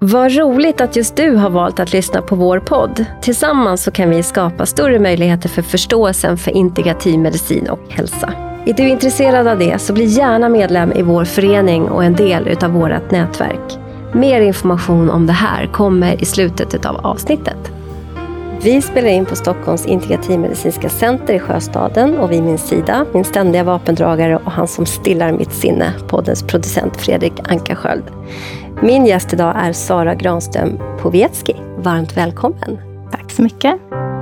Vad roligt att just du har valt att lyssna på vår podd. Tillsammans så kan vi skapa större möjligheter för förståelsen för integrativ medicin och hälsa. Är du intresserad av det så bli gärna medlem i vår förening och en del utav vårt nätverk. Mer information om det här kommer i slutet av avsnittet. Vi spelar in på Stockholms integrativmedicinska center i Sjöstaden och vid min sida, min ständiga vapendragare och han som stillar mitt sinne, poddens producent Fredrik Ankarsköld. Min gäst idag är Sara Granström Powiecki. Varmt välkommen. Tack så mycket.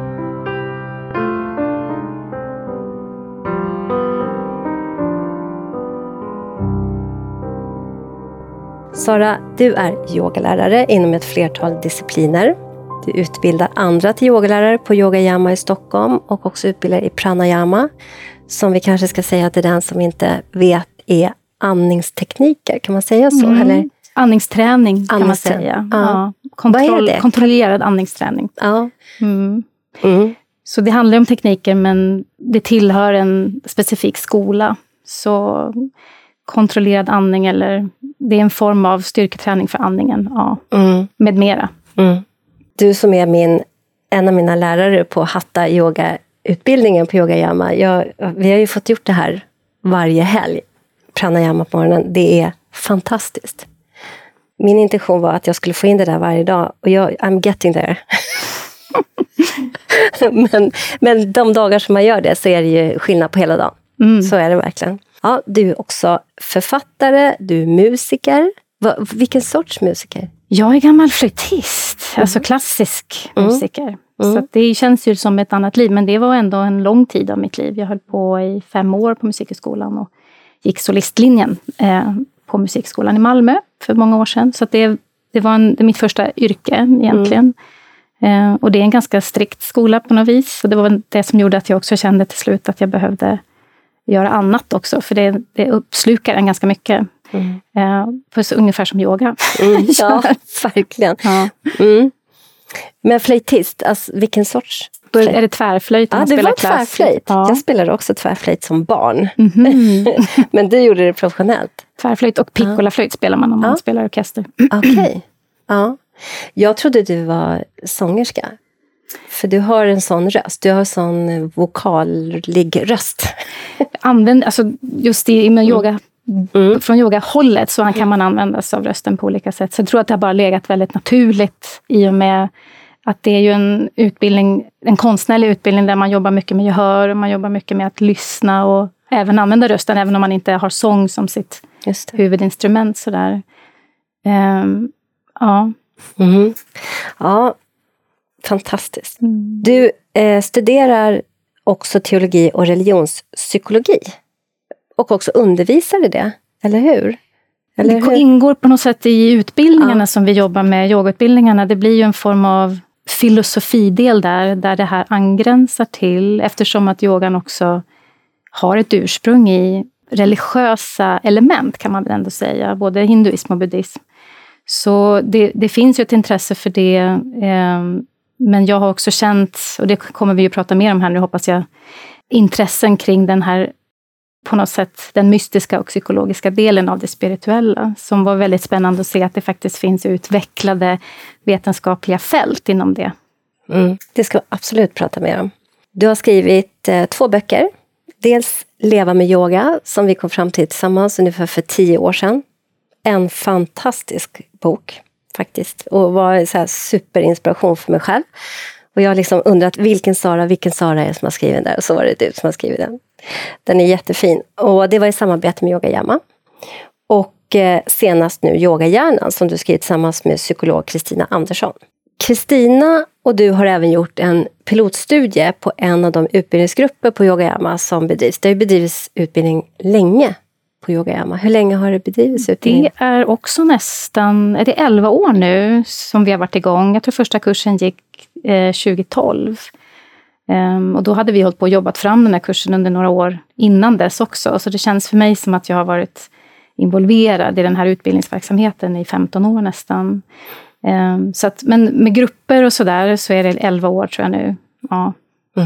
Sara, du är yogalärare inom ett flertal discipliner. Du utbildar andra till yogalärare på Yoga Yama i Stockholm och också utbildar i pranayama. Som vi kanske ska säga till den som inte vet är andningstekniker. Kan man säga så? Eller? Andningsträning kan man säga. Ja. Kontrollerad andningsträning. Ja. Så det handlar om tekniker men det tillhör en specifik skola. Så kontrollerad andning eller det är en form av styrketräning för andningen. Ja. Med mera. Du som är en av mina lärare på Hatha yoga-utbildningen på Yoga Yama. Vi har ju fått gjort det här varje helg. Pranayama på morgonen. Det är fantastiskt. Min intention var att jag skulle få in det där varje dag. Och I'm getting there. men de dagar som man gör det så är det ju skillnad på hela dagen. Så är det verkligen. Ja, du är också författare, du är musiker. Vilken sorts musiker? Jag är gammal flöjtist, alltså klassisk musiker. Så att det känns ju som ett annat liv, men det var ändå en lång tid av mitt liv. Jag höll på i 5 år på musikhögskolan och gick solistlinjen på musikskolan i Malmö för många år sedan. Så att det var mitt första yrke egentligen. Och det är en ganska strikt skola på något vis. Så det var det som gjorde att jag också kände till slut att jag behövde göra annat också. För det uppslukar en ganska mycket. Ungefär som yoga. Ja, verkligen. Ja. Men flöjtist, alltså, vilken sorts? Då är det tvärflöjt. Ja, det var tvärflöjt. Ja. Jag spelade också tvärflöjt som barn. Men du gjorde det professionellt. Tvärflöjt och piccolaflöjt spelar man om man spelar orkester. Okej. Ja. Jag trodde du var sångerska. För du har en sån röst. Du har en sån vokalig röst. Alltså just med yoga. Från yogahållet så kan man använda sig av rösten på olika sätt. Så jag tror att det har bara legat väldigt naturligt i och med att det är ju en utbildning, en konstnärlig utbildning där man jobbar mycket med gehör och man jobbar mycket med att lyssna och även använda rösten även om man inte har sång som sitt huvudinstrument sådär. Ja, fantastiskt. Du studerar också teologi och religionspsykologi. Och också undervisar i det, eller hur? Det ingår på något sätt i utbildningarna som vi jobbar med, yogautbildningarna. Det blir ju en form av filosofidel där det här angränsar till. Eftersom att yogan också har ett ursprung i religiösa element kan man väl ändå säga. Både hinduism och buddhism. Så det finns ju ett intresse för det. Men jag har också känt, och det kommer vi ju prata mer om här nu hoppas jag, intressen kring den här på något sätt den mystiska och psykologiska delen av det spirituella. Som var väldigt spännande att se att det faktiskt finns utvecklade vetenskapliga fält inom det. Det ska vi absolut prata mer om. Du har skrivit 2 böcker. Dels Leva med yoga som vi kom fram till tillsammans ungefär för 10 år sedan. En fantastisk bok faktiskt. Och var så här superinspiration för mig själv. Och jag har liksom undrat vilken Sara är det som har skrivit den där. Och så var det du som har skrivit den. Den är jättefin. Och det var i samarbete med Yoga Yama. Och senast nu Yogahjärnan som du skrivit tillsammans med psykolog Kristina Andersson. Kristina och du har även gjort en pilotstudie på en av de utbildningsgrupper på Yoga Yama som bedrivs. Det har ju bedrivits utbildning länge på Yoga Yama. Hur länge har det bedrivits utbildning? Det är också nästan, är det 11 år nu som vi har varit igång. Jag tror första kursen gick 2012. Och då hade vi hållit på och jobbat fram den här kursen under några år innan dess också. Så det känns för mig som att jag har varit involverad i den här utbildningsverksamheten i 15 år nästan. Så att, men med grupper och sådär så är det 11 år tror jag nu. Ja.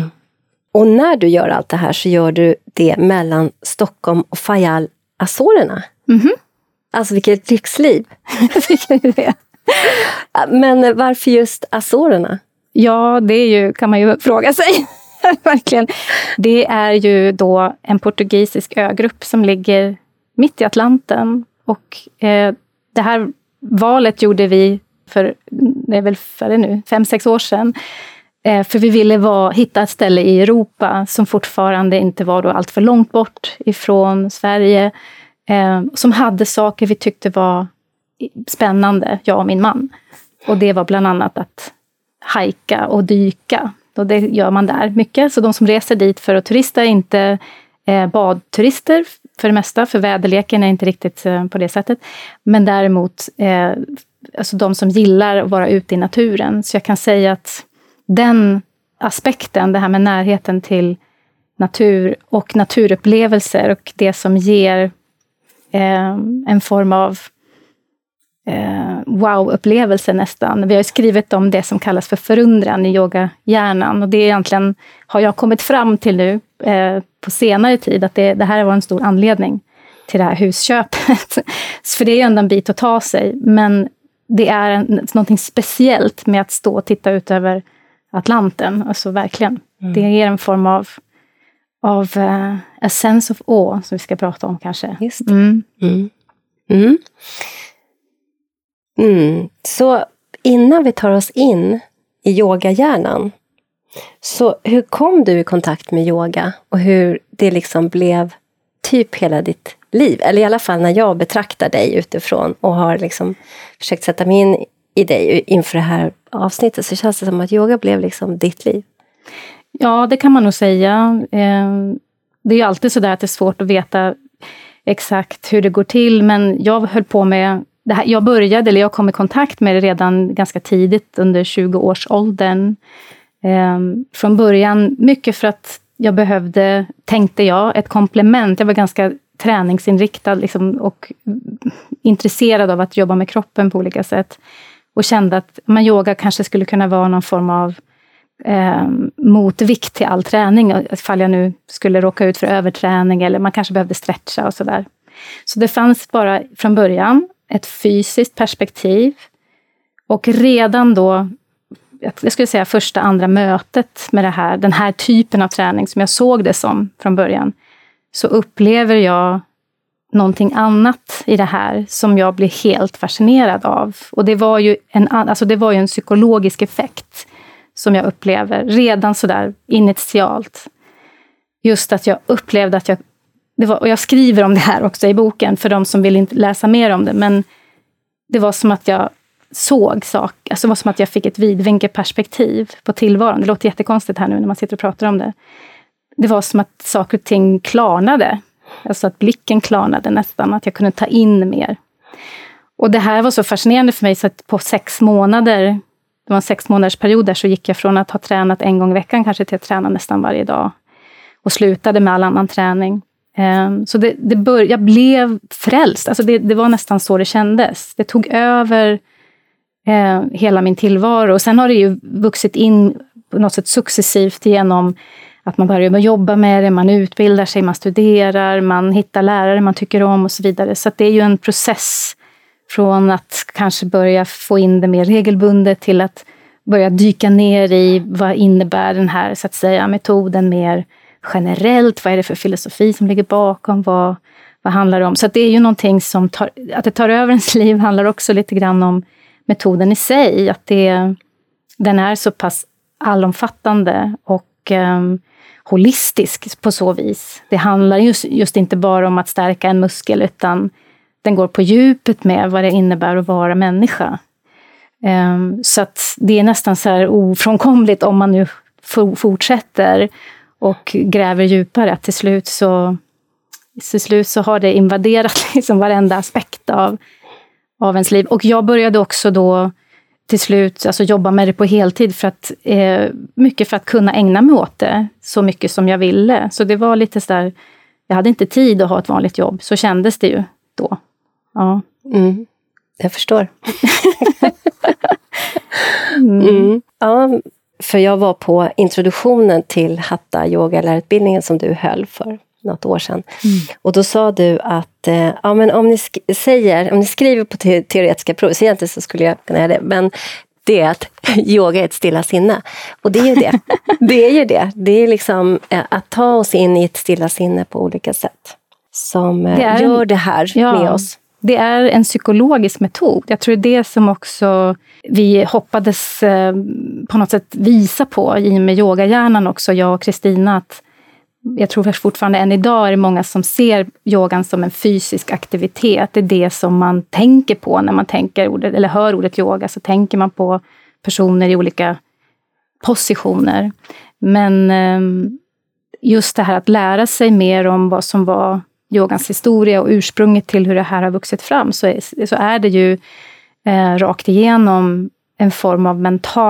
Och när du gör allt det här så gör du det mellan Stockholm och Fayal Azorerna. Alltså vilket lyxliv. Det. Men varför just Azorerna? Ja, det är ju, kan man ju fråga sig. Verkligen. Det är ju då en portugisisk ögrupp som ligger mitt i Atlanten. Och det här valet gjorde vi för, det är väl för nu, 5-6 år sedan. För vi ville hitta ett ställe i Europa som fortfarande inte var då allt för långt bort ifrån Sverige. Som hade saker vi tyckte var spännande, jag och min man. Och det var bland annat att hajka och dyka. Och det gör man där mycket. Så de som reser dit för att turista är inte badturister för det mesta. För väderleken är inte riktigt på det sättet. Men däremot alltså de som gillar att vara ute i naturen. Så jag kan säga att den aspekten, det här med närheten till natur och naturupplevelser och det som ger en form av wow-upplevelse nästan. Vi har skrivit om det som kallas för förundran i yogahjärnan. Och det är egentligen, har jag kommit fram till nu på senare tid, att det här var en stor anledning till det här husköpet. För det är ju ändå en bit att ta sig. Men det är någonting speciellt med att stå och titta ut över Atlanten. Alltså verkligen. Det ger en form av a sense of awe som vi ska prata om kanske. Just det. Så innan vi tar oss in i yogahjärnan, så hur kom du i kontakt med yoga och hur det liksom blev typ hela ditt liv? Eller i alla fall när jag betraktar dig utifrån och har liksom försökt sätta mig in i dig inför det här avsnittet, så känns det som att yoga blev liksom ditt liv. Ja, det kan man nog säga. Det är ju alltid så där att det är svårt att veta exakt hur det går till, men jag höll på med det här. Jag kom i kontakt med det redan ganska tidigt under 20-årsåldern. Från början mycket för att jag behövde, tänkte jag, ett komplement. Jag var ganska träningsinriktad liksom, och intresserad av att jobba med kroppen på olika sätt. Och kände att yoga kanske skulle kunna vara någon form av motvikt till all träning. Ifall jag nu skulle råka ut för överträning eller man kanske behövde stretcha och sådär. Så det fanns bara från början ett fysiskt perspektiv. Och redan då, jag skulle säga första, andra mötet med den här typen av träning som jag såg det som från början, så upplever jag någonting annat i det här som jag blir helt fascinerad av. Och det var ju en psykologisk effekt som jag upplever redan sådär initialt. Just att jag upplevde att och jag skriver om det här också i boken för de som vill inte läsa mer om det, men det var som att jag såg saker, alltså det var som att jag fick ett vidvinkelperspektiv på tillvaron. Det låter jättekonstigt här nu när man sitter och pratar om det. Det var som att saker och ting klarnade. Alltså att blicken klarnade nästan, att jag kunde ta in mer. Och det här var så fascinerande för mig så att på 6 månader, det var en 6 månaders period där, så gick jag från att ha tränat en gång i veckan kanske till att träna nästan varje dag. Och slutade med all annan träning. Så jag blev frälst. Alltså det var nästan så det kändes. Det tog över hela min tillvaro. Och sen har det ju vuxit in på något sätt successivt genom att man börjar jobba med det, man utbildar sig, man studerar, man hittar lärare man tycker om och så vidare. Så att det är ju en process från att kanske börja få in det mer regelbundet till att börja dyka ner i vad innebär den här, så att säga, metoden mer generellt. Vad är det för filosofi som ligger bakom? Vad handlar det om? Så att det är ju någonting som att det tar över ens liv handlar också lite grann om metoden i sig. Att den är så pass allomfattande och holistisk på så vis. Det handlar just inte bara om att stärka en muskel, utan den går på djupet med vad det innebär att vara människa. Så att det är nästan så här ofrånkomligt om man nu fortsätter och gräver djupare. Till slut så har det invaderat liksom varenda aspekt av ens liv. Och jag började också då till slut jobba med det på heltid mycket för att kunna ägna mig åt det så mycket som jag ville. Så det var lite så där, jag hade inte tid att ha ett vanligt jobb. Så kändes det ju då. Ja. Jag förstår. Ja, för jag var på introduktionen till Hatha yogalärarutbildningen som du höll för något år sedan. Och då sa du att men om ni skriver på teoretiska prov, så egentligen så skulle jag kunna göra det, men det är att yoga är ett stilla sinne. Och det är ju det. Det är ju det. Det är liksom att ta oss in i ett stilla sinne på olika sätt. Som gör det här med oss. Det är en psykologisk metod. Jag tror det är det som också vi hoppades på något sätt visa på i med yogahjärnan också, jag och Kristina, att jag tror fortfarande än idag är det många som ser yogan som en fysisk aktivitet. Det är det som man tänker på när man tänker ordet, eller hör ordet yoga, så tänker man på personer i olika positioner. Men just det här att lära sig mer om vad som var yogans historia och ursprunget till hur det här har vuxit fram, så är det ju rakt igenom en form av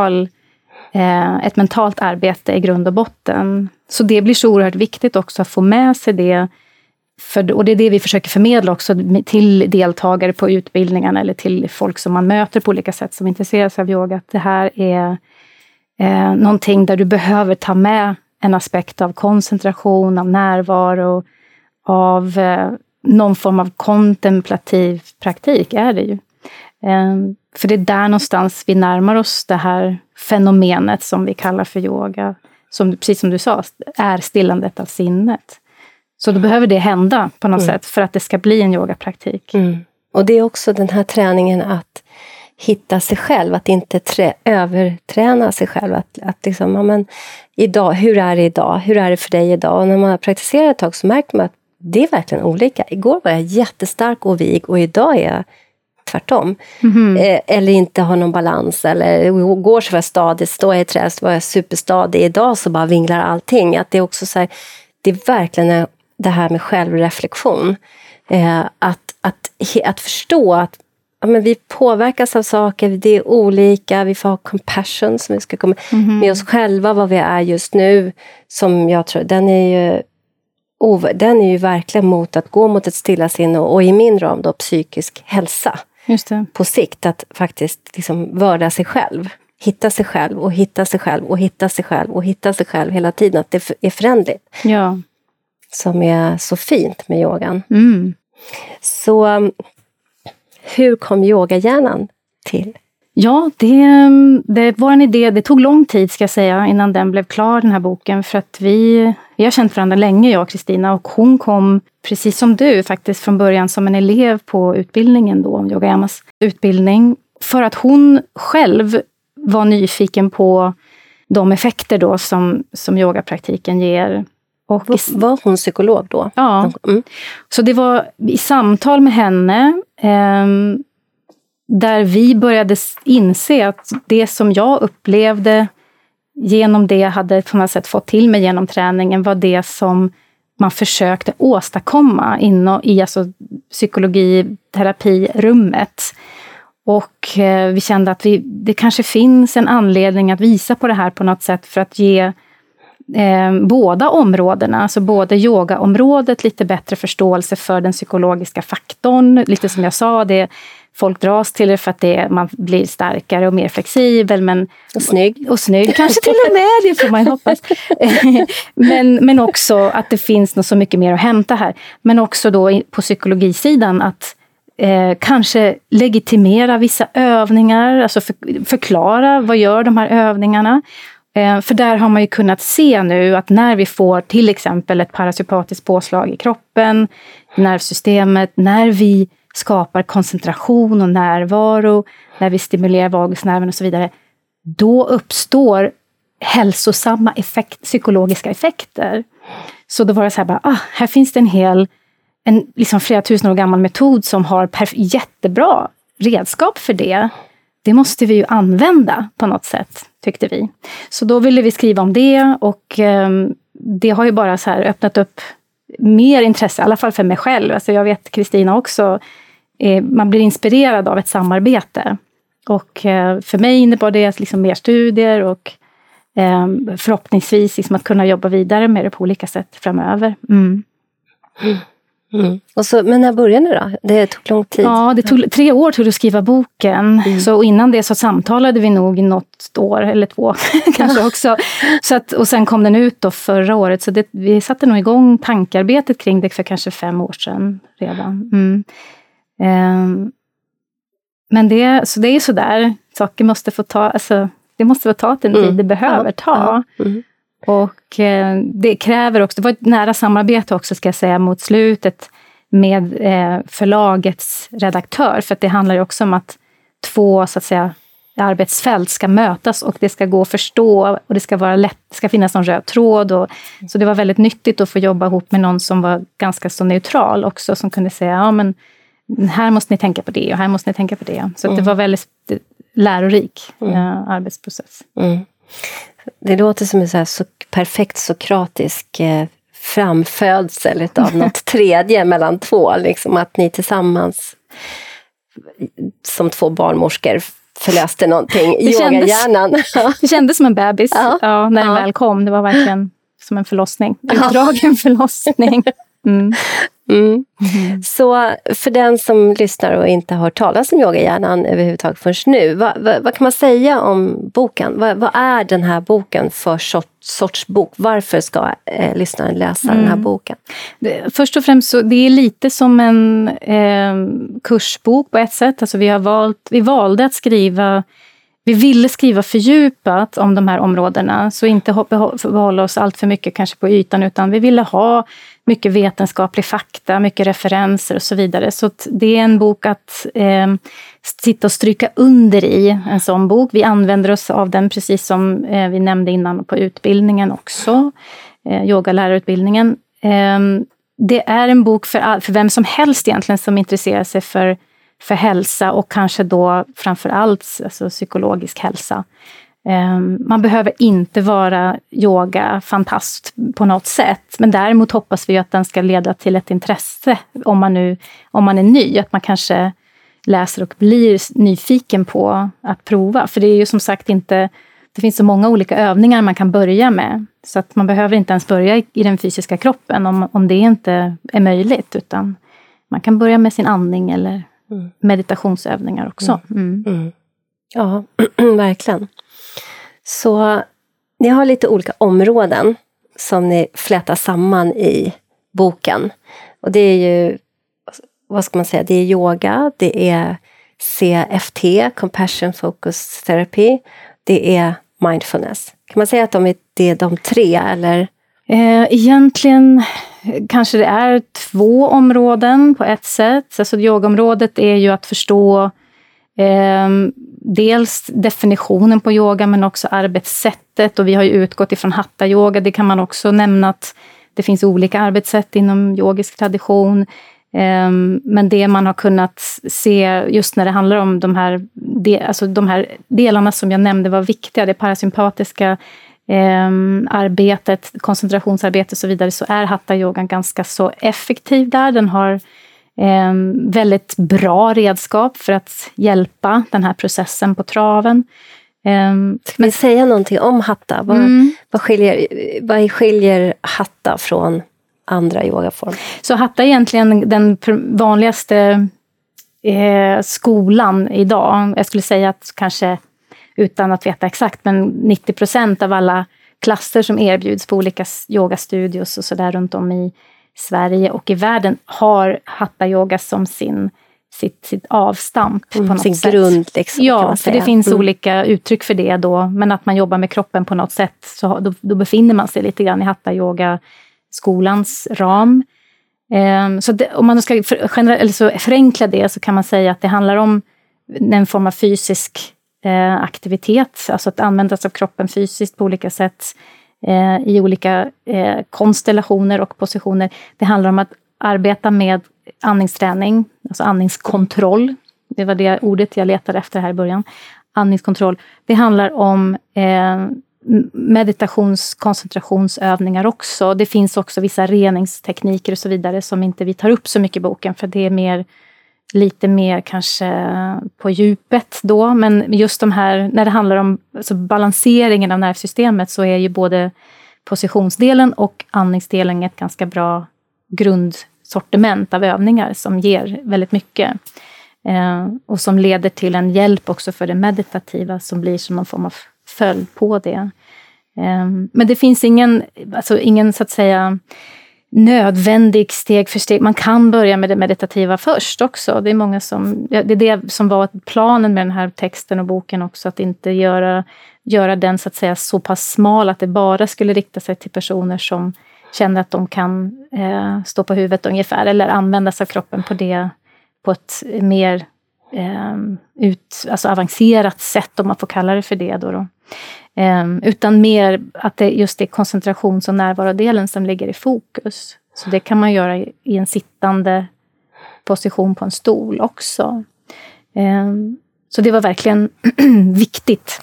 ett mentalt arbete i grund och botten. Så det blir så oerhört viktigt också att få med sig det. Och det är det vi försöker förmedla också till deltagare på utbildningarna eller till folk som man möter på olika sätt som intresserar sig av yoga. Att det här är någonting där du behöver ta med en aspekt av koncentration, av närvaro, av någon form av kontemplativ praktik är det ju. För det är där någonstans vi närmar oss det här fenomenet som vi kallar för yoga. Som, precis som du sa, är stillandet av sinnet. Så då behöver det hända på något sätt för att det ska bli en yogapraktik. Och det är också den här träningen att hitta sig själv, att inte överträna sig själv. Att liksom, idag, hur är det idag? Hur är det för dig idag? Och när man har praktiserat ett tag så märker man att det är verkligen olika. Igår var jag jättestark och vig och idag är jag tvärtom. Eller inte har någon balans. Eller igår så var jag stadig, står jag i träd så var jag superstadig. Idag så bara vinglar allting. Att det är också så här, det är verkligen det här med självreflektion. Att förstå att vi påverkas av saker, det är olika, vi får ha compassion som vi ska komma med oss själva, vad vi är just nu, som jag tror, den är ju verkligen mot att gå mot ett stillasinne och i min ram då psykisk hälsa. Just det. På sikt att faktiskt liksom vörda sig själv, hitta sig själv och hitta sig själv och hitta sig själv och hitta sig själv hela tiden, att det är förändligt. Ja. Som är så fint med yogan. Så hur kom yogahjärnan till? Ja, det var en idé. Det tog lång tid ska jag säga innan den blev klar, den här boken. För att vi har känt varandra länge, jag och Kristina. Och hon kom, precis som du, faktiskt från början som en elev på utbildningen då, Yogayamas utbildning. För att hon själv var nyfiken på de effekter då som yogapraktiken ger. Och var hon psykolog då? Ja, så det var i samtal med henne där vi började inse att det som jag upplevde genom det jag hade på något sätt fått till mig genom träningen var det som man försökte åstadkomma i alltså psykologi-terapirummet. Och vi kände att det kanske finns en anledning att visa på det här på något sätt för att ge båda områdena, alltså både yogaområdet lite bättre förståelse för den psykologiska faktorn, lite som jag sa, folk dras till det för att man blir starkare och mer flexibel. Och snygg. Kanske till och med, det får man hoppas. men också att det finns något så mycket mer att hämta här. Men också då på psykologisidan att kanske legitimera vissa övningar, alltså förklara vad gör de här övningarna. För där har man ju kunnat se nu att när vi får till exempel ett parasympatiskt påslag i kroppen, nervsystemet, när vi skapar koncentration och närvaro, när vi stimulerar vagusnerven och så vidare, då uppstår hälsosamma psykologiska effekter. Så då var det så här, här finns det en liksom flera tusen år gammal metod som har jättebra redskap för det. Det måste vi ju använda på något sätt, tyckte vi. Så då ville vi skriva om det och det har ju bara så här öppnat upp mer intresse, i alla fall för mig själv. Alltså jag vet Kristina också, man blir inspirerad av ett samarbete. Och för mig innebar det liksom mer studier och förhoppningsvis liksom att kunna jobba vidare med det på olika sätt framöver. Men när började ni då? Det tog lång tid. Ja, det tog 3 år till att skriva boken. Så innan det så samtalade vi nog i något år eller 2 kanske också. Och sen kom den ut då förra året. Så vi satte nog igång tankarbetet kring det för kanske 5 år sedan redan. Men det är så där. Saker måste få ta, alltså, det måste få ta den tid det behöver ta. Och det kräver också, det var ett nära samarbete också ska jag säga mot slutet med förlagets redaktör. För att det handlar ju också om att 2 så att säga arbetsfält ska mötas och det ska gå att förstå och det ska vara lätt, det ska finnas någon röd tråd. Så det var väldigt nyttigt att få jobba ihop med någon som var ganska så neutral också, som kunde säga, ja men här måste ni tänka på det och här måste ni tänka på det. Så det var väldigt lärorik arbetsprocess. Det låter som en så perfekt sokratisk framfödsel av något tredje mellan 2. Liksom, att ni tillsammans som 2 barnmorskor förlöste någonting i yogahjärnan. Det kändes som en bebis när den väl kom. Det var verkligen som en förlossning. Utdragen förlossning. Så för den som lyssnar och inte har hört talas om yogahjärnan överhuvudtaget först nu, vad kan man säga om boken? Vad är den här boken för sorts bok? Varför ska lyssnaren läsa den här boken? Först och främst så det är lite som en kursbok på ett sätt. Alltså vi valde att skriva. Vi ville skriva fördjupat om de här områdena, så inte hålla oss allt för mycket kanske på ytan, utan vi ville ha mycket vetenskaplig fakta, mycket referenser och så vidare. Så det är en bok att sitta och stryka under i, en sån bok. Vi använder oss av den precis som vi nämnde innan på utbildningen också, yogalärarutbildningen. Det är en bok för vem som helst egentligen som intresserar sig för hälsa och kanske då framförallt alltså psykologisk hälsa. Man behöver inte vara yoga-fantast på något sätt, men däremot hoppas vi att den ska leda till ett intresse om man är ny, att man kanske läser och blir nyfiken på att prova. För det är ju som sagt inte, det finns så många olika övningar man kan börja med, så att man behöver inte ens börja i den fysiska kroppen om det inte är möjligt, utan man kan börja med sin andning eller meditationsövningar också. Ja, verkligen. Så ni har lite olika områden som ni flätar samman i boken. Och det är ju, vad ska man säga, det är yoga, det är CFT, Compassion Focus Therapy, det är mindfulness. Kan man säga att det är de 3 eller? Egentligen kanske det är 2 områden på ett sätt. Alltså yogaområdet är ju att förstå dels definitionen på yoga men också arbetssättet, och vi har ju utgått ifrån hatha yoga. Det kan man också nämna att det finns olika arbetssätt inom yogisk tradition, men det man har kunnat se just när det handlar om de här delarna som jag nämnde var viktiga, det parasympatiska arbetet, koncentrationsarbete och så vidare, så är hatha yogan ganska så effektiv där. Den har väldigt bra redskap för att hjälpa den här processen på traven. Ska vi säga någonting om hatha? Vad skiljer hatha från andra yogaformer? Så hatha är egentligen den vanligaste skolan idag. Jag skulle säga att kanske, utan att veta exakt, men 90% av alla klasser som erbjuds på olika yogastudios och sådär runt om i Sverige och i världen har hatha yoga som sitt avstamp på något sin sätt. Grund liksom, ja, kan man säga. För det finns olika uttryck för det då, men att man jobbar med kroppen på något sätt, så då befinner man sig lite grann i hatha yoga skolans ram. Så om man ska förenkla det, så kan man säga att det handlar om en form av fysisk aktivitet, alltså att använda sig av kroppen fysiskt på olika sätt, i olika konstellationer och positioner. Det handlar om att arbeta med andningsträning, alltså andningskontroll. Det var det ordet jag letade efter här i början. Andningskontroll. Det handlar om koncentrationsövningar också. Det finns också vissa reningstekniker och så vidare som inte vi tar upp så mycket i boken, för det är lite mer kanske på djupet då. Men just de här, när det handlar om alltså balanseringen av nervsystemet, så är ju både positionsdelen och andningsdelen ett ganska bra sortiment av övningar som ger väldigt mycket. Och som leder till en hjälp också för det meditativa som blir som någon form av följd på det. Men det finns ingen så att säga nödvändig steg för steg. Man kan börja med det meditativa först också. Det är många det är det som var planen med den här texten och boken också, att inte göra den så att säga så pass smal att det bara skulle rikta sig till personer som känner att de kan stå på huvudet ungefär, eller använda sig av kroppen på ett mer avancerat sätt, om man får kalla det för det då. Utan mer att det just är koncentrations- och närvarodelen som ligger i fokus. Så det kan man göra i en sittande position på en stol också. Så det var verkligen viktigt.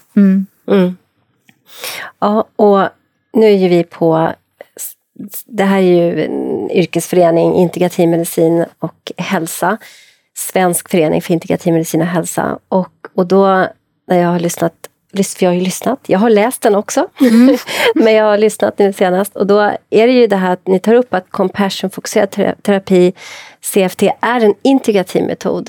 Ja, och nu är ju vi på... Det här är ju en yrkesförening, integrativ medicin och hälsa. Svensk förening för integrativ medicin och hälsa. Och då när jag har lyssnat, för jag har ju lyssnat, jag har läst den också, men jag har lyssnat nu senast. Och då är det ju det här att ni tar upp att compassion-fokuserad terapi, CFT, är en integrativ metod.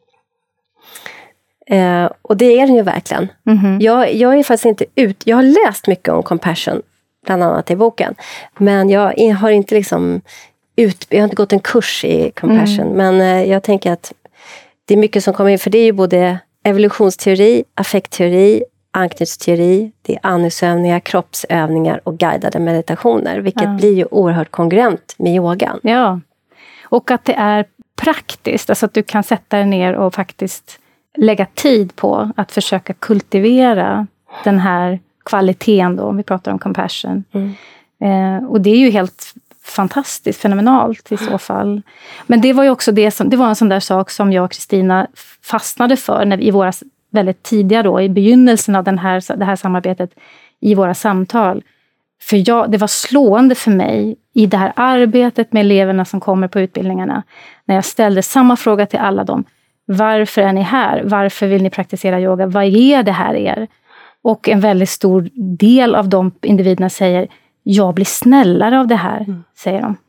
Och det är den ju verkligen. Jag är faktiskt inte jag har läst mycket om compassion, bland annat i boken. Men jag har inte jag har inte gått en kurs i compassion. Men jag tänker att det är mycket som kommer in. För det är ju både evolutionsteori, affektteori, anknytningsteori, det är andningsövningar, kroppsövningar och guidade meditationer. Vilket blir ju oerhört kongruent med yogan. Ja, och att det är praktiskt. Alltså att du kan sätta dig ner och faktiskt lägga tid på att försöka kultivera den här kvaliteten då, om vi pratar om compassion. Och det är ju helt fantastiskt, fenomenalt i så fall. Men det var ju också det var en sån där sak som jag och Kristina fastnade för i våra väldigt tidiga då, i begynnelsen av det här samarbetet, i våra samtal. För det var slående för mig i det här arbetet med eleverna som kommer på utbildningarna, när jag ställde samma fråga till alla dem. Varför är ni här? Varför vill ni praktisera yoga? Vad ger det här er? Och en väldigt stor del av de individerna säger, jag blir snällare av det här, säger de.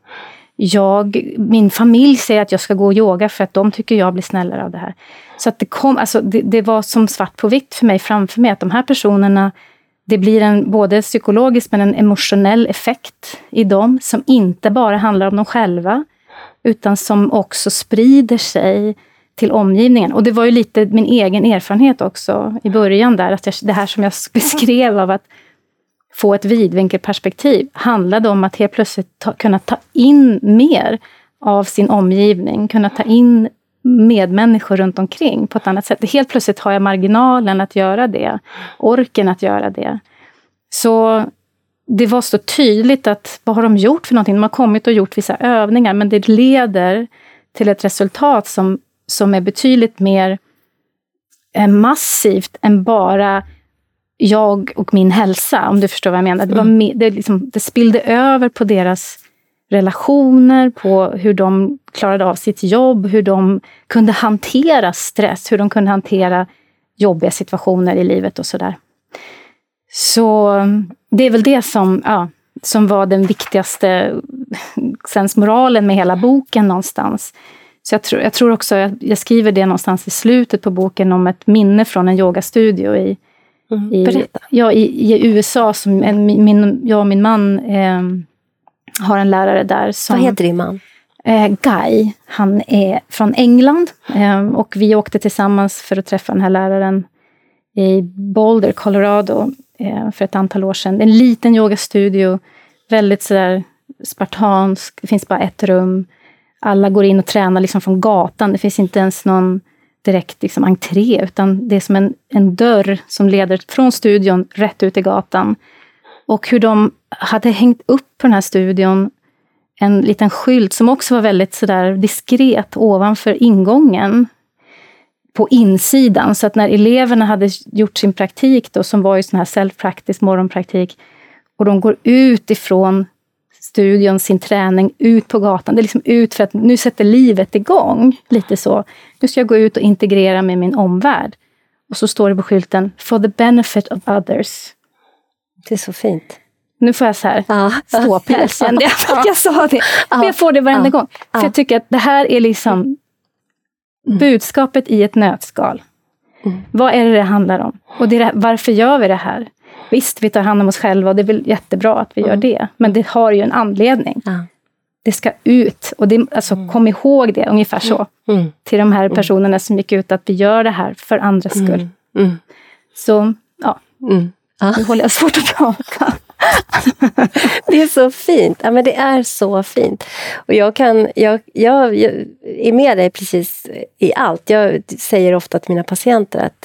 Min familj säger att jag ska gå och yoga för att de tycker jag blir snällare av det här. Så att det var som svart på vitt för mig, framför mig, att de här personerna, det blir en både psykologisk men en emotionell effekt i dem som inte bara handlar om dem själva, utan som också sprider sig till omgivningen. Och det var ju lite min egen erfarenhet också i början där, att det här som jag beskrev av att få ett vidvinkelperspektiv handlade om att helt plötsligt kunna ta in mer av sin omgivning, kunna ta in medmänniskor runt omkring på ett annat sätt. Helt plötsligt har jag marginalen att göra det, orken att göra det. Så det var så tydligt att vad har de gjort för någonting? De har kommit och gjort vissa övningar, men det leder till ett resultat som är betydligt mer massivt än bara jag och min hälsa, om du förstår vad jag menar. Det spillde över på deras relationer, på hur de klarade av sitt jobb, hur de kunde hantera stress, hur de kunde hantera jobbiga situationer i livet och sådär. Så det är väl det som var den viktigaste sensmoralen med hela boken någonstans. Så jag tror också, jag skriver det någonstans i slutet på boken om ett minne från en yogastudio i USA. Som jag och min man har en lärare där. Vad heter din man? Guy. Han är från England. Och vi åkte tillsammans för att träffa den här läraren i Boulder, Colorado, för ett antal år sedan. En liten yogastudio. Väldigt sådär spartansk. Det finns bara ett rum. Alla går in och tränar från gatan. Det finns inte ens någon direkt entré, utan det är som en dörr som leder från studion rätt ut i gatan. Och hur de hade hängt upp på den här studion en liten skylt som också var väldigt sådär diskret ovanför ingången på insidan. Så att när eleverna hade gjort sin praktik då, som var ju sån här self-practice, morgonpraktik, och de går ut ifrån studion, sin träning, ut på gatan. Det är ut för att nu sätter livet igång. Lite så. Nu ska jag gå ut och integrera med min omvärld. Och så står det på skylten, for the benefit of others. Det är så fint. Nu får jag så här ståpäls, kände jag för att jag sa det. Men jag får det varenda gång. För jag tycker att det här är liksom budskapet i ett nötskal. Vad är det handlar om? Och det är varför gör vi det här? Visst, vi tar hand om oss själva och det är väl jättebra att vi gör det. Men det har ju en anledning. Det ska ut. Och det, alltså, kom ihåg det, ungefär så. Till de här personerna som gick ut, att vi gör det här för andras skull. Så, nu håller jag svårt att prata. Det är så fint. Ja, men det är så fint. Och jag är med dig precis i allt. Jag säger ofta till mina patienter att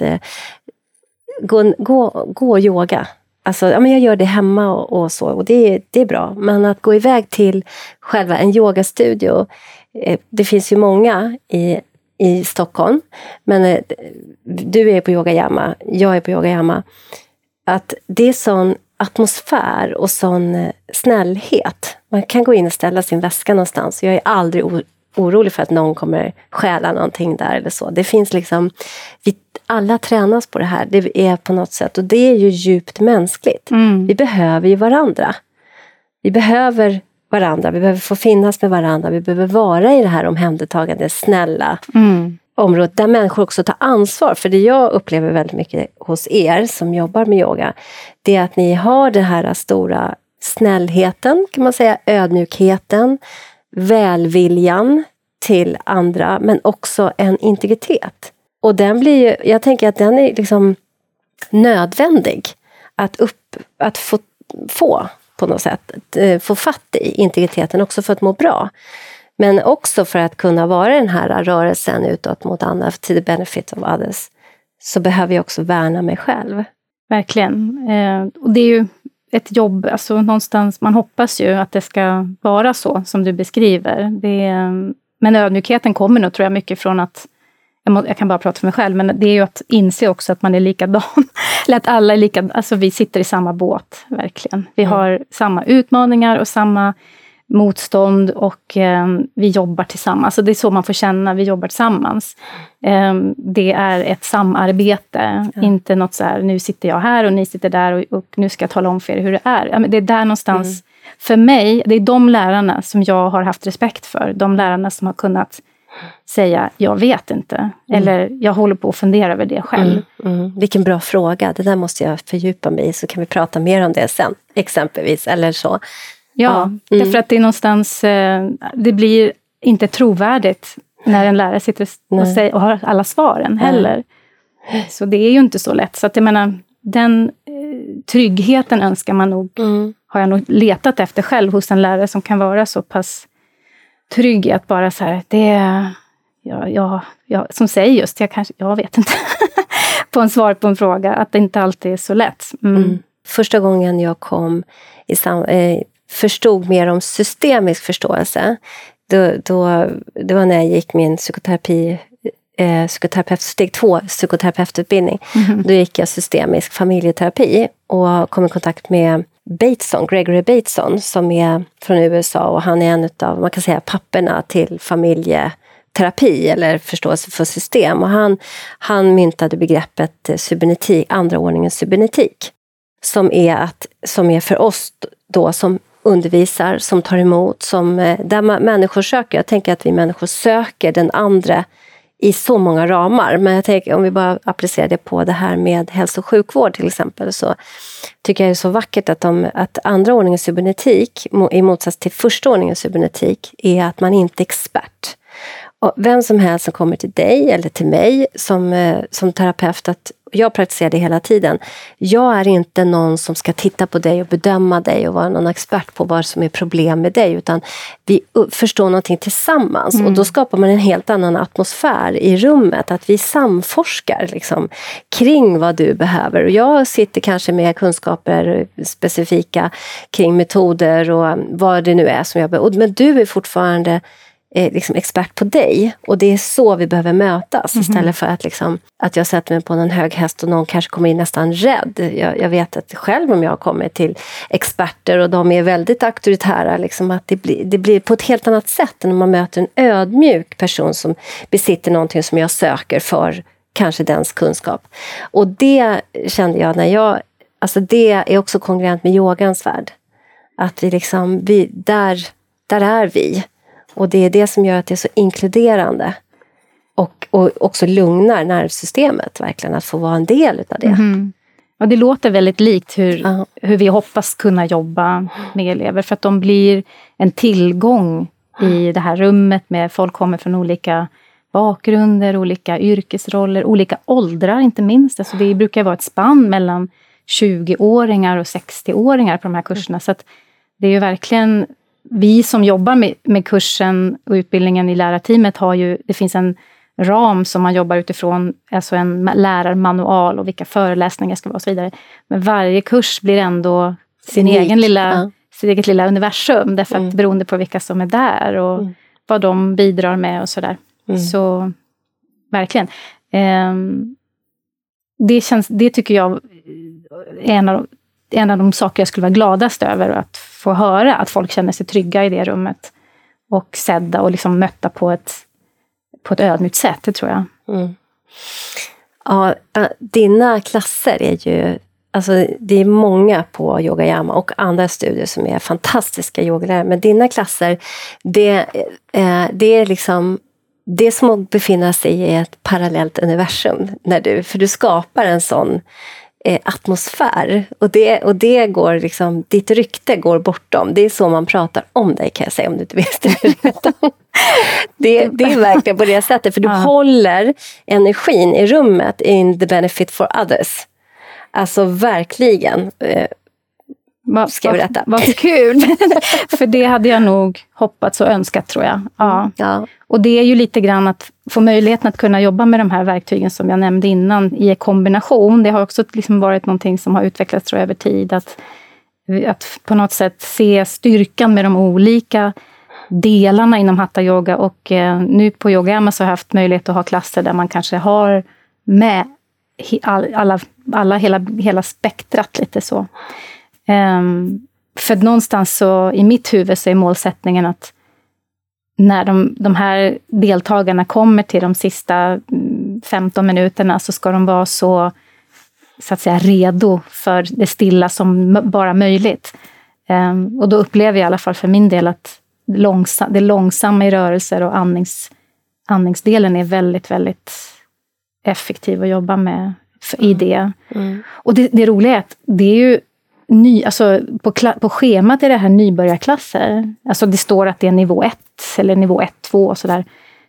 gå och yoga. Alltså, ja, men jag gör det hemma och så. Och det är bra. Men att gå iväg till själva en yogastudio. Det finns ju många i Stockholm. Men du är på Yogayama. Jag är på Yogayama. Att det är sån atmosfär och sån snällhet. Man kan gå in och ställa sin väska någonstans. Jag är aldrig orolig för att någon kommer stjäla någonting där eller så. Det finns liksom, vi alla tränas på det här. Det är på något sätt, och det är ju djupt mänskligt. Vi behöver ju varandra. Vi behöver varandra. Vi behöver få finnas med varandra. Vi behöver vara i det här omhändertagande, snälla området där människor också tar ansvar. För det jag upplever väldigt mycket hos er som jobbar med yoga, det är att ni har den här stora snällheten, kan man säga, ödmjukheten, välviljan till andra, men också en integritet. Och den blir ju, jag tänker att den är liksom nödvändig att få på något sätt, få fatt i integriteten också för att må bra. Men också för att kunna vara den här rörelsen utåt mot andra, till the benefit of others, så behöver jag också värna mig själv. Verkligen. Och det är ju ett jobb, alltså någonstans, man hoppas ju att det ska vara så som du beskriver. Men ödmjukheten kommer nog, tror jag, mycket från att, jag kan bara prata för mig själv, men det är ju att inse också att man är likadan. Eller att alla är lika, alltså vi sitter i samma båt, verkligen. Vi har samma utmaningar och samma motstånd, och vi jobbar tillsammans. Alltså det är så man får känna, vi jobbar tillsammans. Det är ett samarbete, inte något så här, nu sitter jag här och ni sitter där och nu ska jag tala om för er hur det är. Det är där någonstans, för mig, det är de lärarna som jag har haft respekt för. De lärarna som har kunnat säga, jag vet inte. Eller jag håller på att fundera över det själv. Vilken bra fråga, det där måste jag fördjupa mig i, så kan vi prata mer om det sen, exempelvis, eller så. Ja, därför att det är någonstans, det blir inte trovärdigt när en lärare sitter och har alla svaren heller. Så det är ju inte så lätt. Så att jag menar, den tryggheten önskar man nog, har jag nog letat efter själv hos en lärare som kan vara så pass trygg att bara så här, jag som säger just, jag vet inte, på en svar på en fråga, att det inte alltid är så lätt. Första gången jag kom förstod mer om systemisk förståelse, det var när jag gick min steg 2 psykoterapeututbildning. Då gick jag systemisk familjeterapi och kom i kontakt med Gregory Bateson, som är från USA, och han är en av, man kan säga, papporna till familjeterapi eller förståelse för system, och han myntade begreppet cybernetik, andra ordningens cybernetik, som är för oss då som undervisar, som tar emot, där människor söker. Jag tänker att vi människor söker den andra i så många ramar. Men jag tänker, om vi bara applicerar det på det här med hälso- och sjukvård till exempel, så tycker jag det är så vackert att andra ordningens cybernetik, i motsats till första ordningens cybernetik, är att man inte är expert. Och vem som helst som kommer till dig eller till mig som terapeut, att jag praktiserar det hela tiden. Jag är inte någon som ska titta på dig och bedöma dig och vara någon expert på vad som är problem med dig, utan vi förstår någonting tillsammans. Och då skapar man en helt annan atmosfär i rummet, att vi samforskar liksom, kring vad du behöver. Och jag sitter kanske med kunskaper specifika kring metoder och vad det nu är som jag behöver. Men du är fortfarande liksom expert på dig, och det är så vi behöver mötas, istället för att jag sätter mig på en hög häst och någon kanske kommer in nästan rädd. Jag vet att själv, om jag kommer till experter och de är väldigt auktoritära, liksom, att det blir på ett helt annat sätt än om man möter en ödmjuk person som besitter någonting som jag söker för, kanske dens kunskap. Och det kände jag det är också kongruent med yogans värld. Att vi liksom, där är vi. Och det är det som gör att det är så inkluderande. Och också lugnar nervsystemet verkligen, att få vara en del av det. Mm. Och det låter väldigt likt hur vi hoppas kunna jobba med elever. För att de blir en tillgång i det här rummet med folk kommer från olika bakgrunder, olika yrkesroller, olika åldrar inte minst. Alltså det brukar vara ett spann mellan 20-åringar och 60-åringar på de här kurserna. Så att det är ju verkligen, vi som jobbar med kursen och utbildningen i lärarteamet det finns en ram som man jobbar utifrån, alltså en lärarmanual och vilka föreläsningar ska vara och så vidare. Men varje kurs blir ändå sitt eget lilla universum, därför att beroende på vilka som är där och vad de bidrar med och sådär. Så verkligen. Det tycker jag är en av de saker jag skulle vara gladast över, att få höra att folk känner sig trygga i det rummet och sedda och liksom mötta på ett ödmjukt sätt, det tror jag. Ja, dina klasser är ju, alltså det är många på Yogayama och andra studier som är fantastiska yogalärare, men dina klasser, det är liksom, det är som att befinna sig i ett parallellt universum för du skapar en sån atmosfär, och det går liksom, ditt rykte går bortom. Det är så man pratar om dig, kan jag säga, om du inte vet det. Det är verkligen på det sättet, för du håller energin i rummet in the benefit for others. Alltså verkligen. Ska jag berätta? Vad kul! För det hade jag nog hoppats och önskat, tror jag. Ja. Och det är ju lite grann att få möjligheten att kunna jobba med de här verktygen som jag nämnde innan i kombination. Det har också liksom varit någonting som har utvecklats, tror jag, över tid. Att på något sätt se styrkan med de olika delarna inom Hatha yoga. Och nu på Yogayama så har jag haft möjlighet att ha klasser där man kanske har med hela spektrat lite så. För någonstans så i mitt huvud så är målsättningen att när de här deltagarna kommer till de sista 15 minuterna så ska de vara så att säga redo för det stilla som bara möjligt. Och då upplever jag i alla fall för min del att det långsamma i rörelser och andningsdelen är väldigt, väldigt effektiv att jobba med i det. Och det roliga är att det är ju alltså på schemat är det här nybörjarklasser. Alltså det står att det är nivå 1 eller nivå 1, 2 och sådär.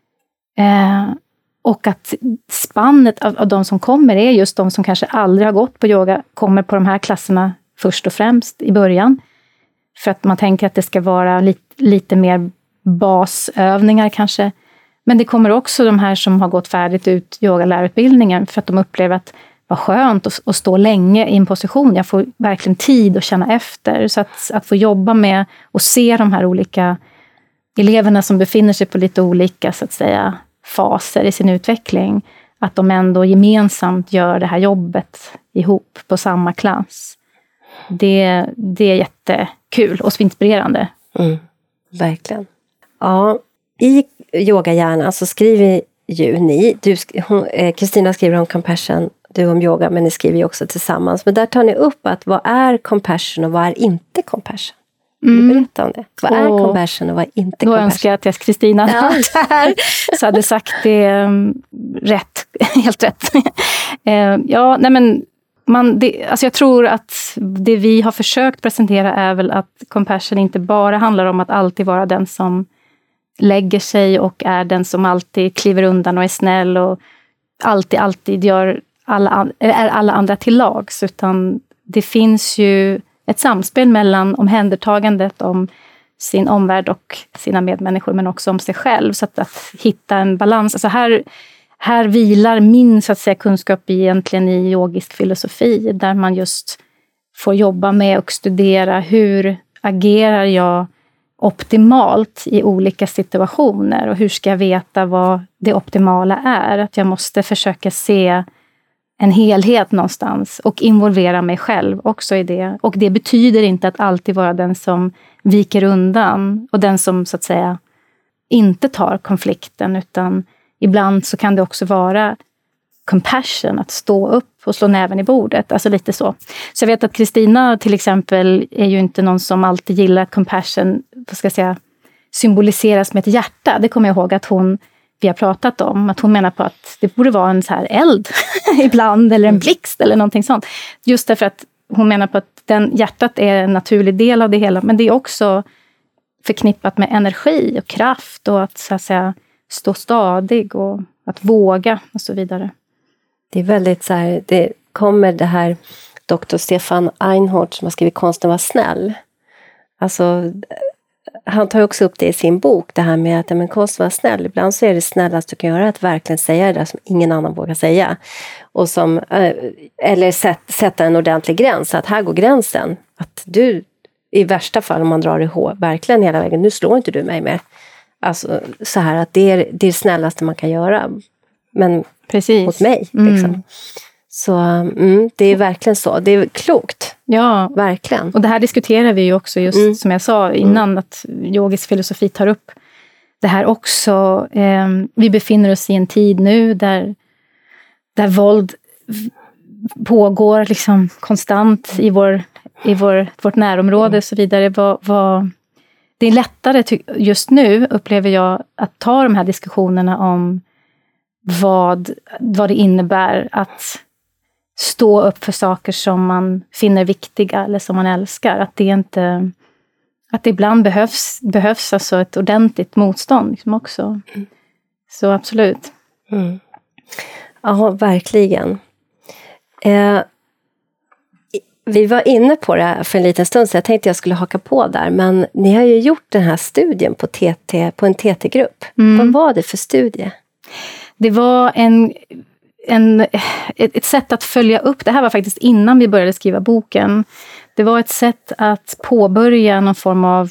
Och att spannet av de som kommer är just de som kanske aldrig har gått på yoga, kommer på de här klasserna först och främst i början. För att man tänker att det ska vara lite mer basövningar kanske. Men det kommer också de här som har gått färdigt ut yogalärarutbildningen, för att de upplever att vad skönt att stå länge i en position. Jag får verkligen tid att känna efter. Så att få jobba med och se de här olika eleverna som befinner sig på lite olika, så att säga, faser i sin utveckling. Att de ändå gemensamt gör det här jobbet ihop på samma klass. Det är jättekul och så inspirerande. Verkligen. Ja, i Yogahjärnan så skriver ju ni, Kristina skriver om compassion, du om yoga, men ni skriver ju också tillsammans. Men där tar ni upp att vad är compassion och vad är inte compassion? Berätta om det. Vad är compassion och vad är inte compassion? Då önskar jag att Kristina så hade sagt det rätt, helt rätt. Alltså jag tror att det vi har försökt presentera är väl att compassion inte bara handlar om att alltid vara den som lägger sig och är den som alltid kliver undan och är snäll och alltid gör alla andra till lags, utan det finns ju ett samspel mellan omhändertagandet om sin omvärld och sina medmänniskor, men också om sig själv, så att hitta en balans. Alltså här vilar min, så att säga, kunskap egentligen i yogisk filosofi, där man just får jobba med och studera hur agerar jag optimalt i olika situationer och hur ska jag veta vad det optimala är. Att jag måste försöka se en helhet någonstans och involvera mig själv också i det. Och det betyder inte att alltid vara den som viker undan och den som, så att säga, inte tar konflikten, utan ibland så kan det också vara compassion, att stå upp och slå näven i bordet. Alltså lite så. Så jag vet att Kristina till exempel är ju inte någon som alltid gillar att compassion, vad ska jag säga, symboliseras med ett hjärta. Det kommer jag ihåg att vi har pratat om. Att hon menar på att det borde vara en så här eld ibland, eller en blixt eller någonting sånt. Just därför att hon menar på att hjärtat är en naturlig del av det hela. Men det är också förknippat med energi och kraft och att, så att säga, stå stadig och att våga och så vidare. Det är väldigt så här, det kommer det här doktor Stefan Einhorn som har skrivit Konsten var snäll. Alltså, han tar också upp det i sin bok, det här med att konsten var snäll. Ibland så är det snällast du kan göra att verkligen säga det där som ingen annan vågar säga. Och som, eller sätta en ordentlig gräns, att här går gränsen. Att du, i värsta fall om man drar ihåg verkligen hela vägen, nu slår inte du mig mer. Alltså så här att det är det snällaste man kan göra. Men precis. Mot mig. Liksom. Så det är verkligen så. Det är klokt. Ja, verkligen. Och det här diskuterar vi ju också just som jag sa innan, att yogisk filosofi tar upp det här också. Vi befinner oss i en tid nu där våld pågår liksom konstant i vårt närområde och så vidare. Det är lättare just nu, upplever jag, att ta de här diskussionerna om vad det innebär att stå upp för saker som man finner viktiga eller som man älskar. Att det ibland behövs alltså ett ordentligt motstånd liksom också. Så absolut. Ja, verkligen. Vi var inne på det för en liten stund så jag tänkte jag skulle haka på där. Men ni har ju gjort den här studien på en TT-grupp. Vad var det för studie? Det var ett sätt att följa upp. Det här var faktiskt innan vi började skriva boken. Det var ett sätt att påbörja någon form av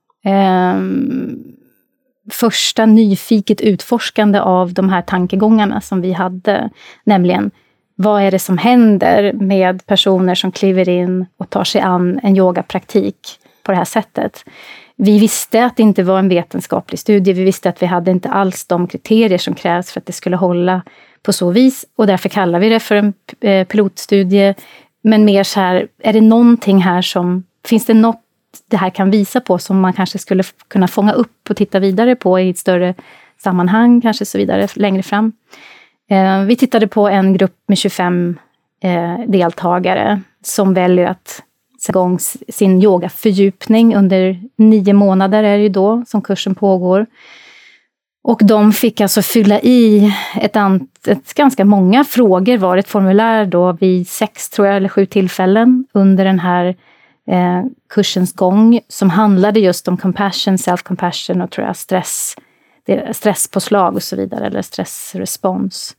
första nyfiket utforskande av de här tankegångarna som vi hade. Nämligen, vad är det som händer med personer som kliver in och tar sig an en yogapraktik på det här sättet? Vi visste att det inte var en vetenskaplig studie. Vi visste att vi hade inte alls de kriterier som krävs för att det skulle hålla på så vis. Och därför kallar vi det för en pilotstudie. Men mer så här, är det någonting här som... Finns det något det här kan visa på som man kanske skulle kunna fånga upp och titta vidare på i ett större sammanhang, kanske så vidare längre fram. Vi tittade på en grupp med 25 deltagare som väljer att sätta igång sin yogafördjupning under 9 månader är det ju då som kursen pågår. Och de fick alltså fylla i ett ganska många frågor, var ett formulär då vid 6 tror jag eller 7 tillfällen under den här kursens gång som handlade just om compassion, self-compassion och tror jag stresspåslag och så vidare, eller stressrespons.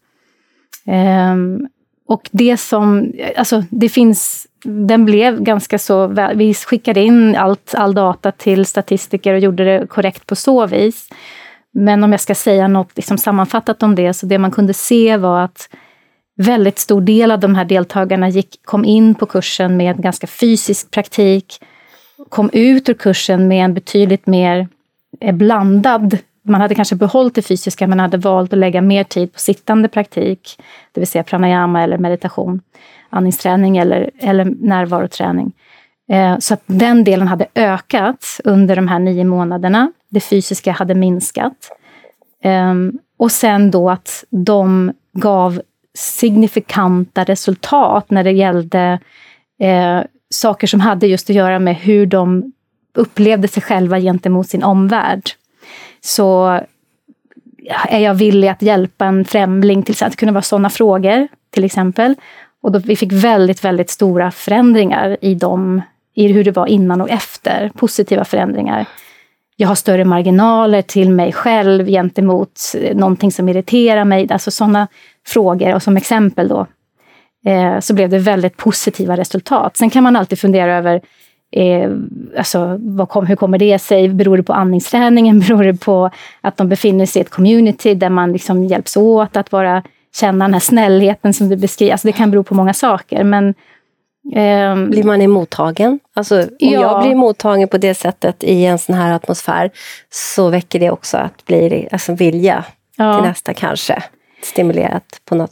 Och det som, alltså det finns, den blev ganska så, vi skickade in all data till statistiker och gjorde det korrekt på så vis. Men om jag ska säga något liksom sammanfattat om det, så det man kunde se var att väldigt stor del av de här deltagarna kom in på kursen med en ganska fysisk praktik, kom ut ur kursen med en betydligt mer blandad. Man hade kanske behållit det fysiska men hade valt att lägga mer tid på sittande praktik, det vill säga pranayama eller meditation, andningsträning eller närvaroträning. Så att den delen hade ökat under de här 9 månaderna. Det fysiska hade minskat. Och sen då att de gav signifikanta resultat när det gällde saker som hade just att göra med hur de upplevde sig själva gentemot sin omvärld. Så är jag villig att hjälpa en främling till att kunna vara sådana frågor till exempel. Och då vi fick väldigt, väldigt stora förändringar i hur det var innan och efter. Positiva förändringar. Jag har större marginaler till mig själv gentemot någonting som irriterar mig. Alltså sådana frågor, och som exempel då så blev det väldigt positiva resultat. Sen kan man alltid fundera över alltså, hur kommer det sig? Beror det på andningsträningen? Beror det på att de befinner sig i ett community där man liksom hjälps åt att känna den här snällheten som du beskriver? Alltså det kan bero på många saker, men blir man mottagen? Alltså, om jag blir mottagen på det sättet i en sån här atmosfär, så väcker det också att bli vilja till nästa kanske stimulerat på något sätt.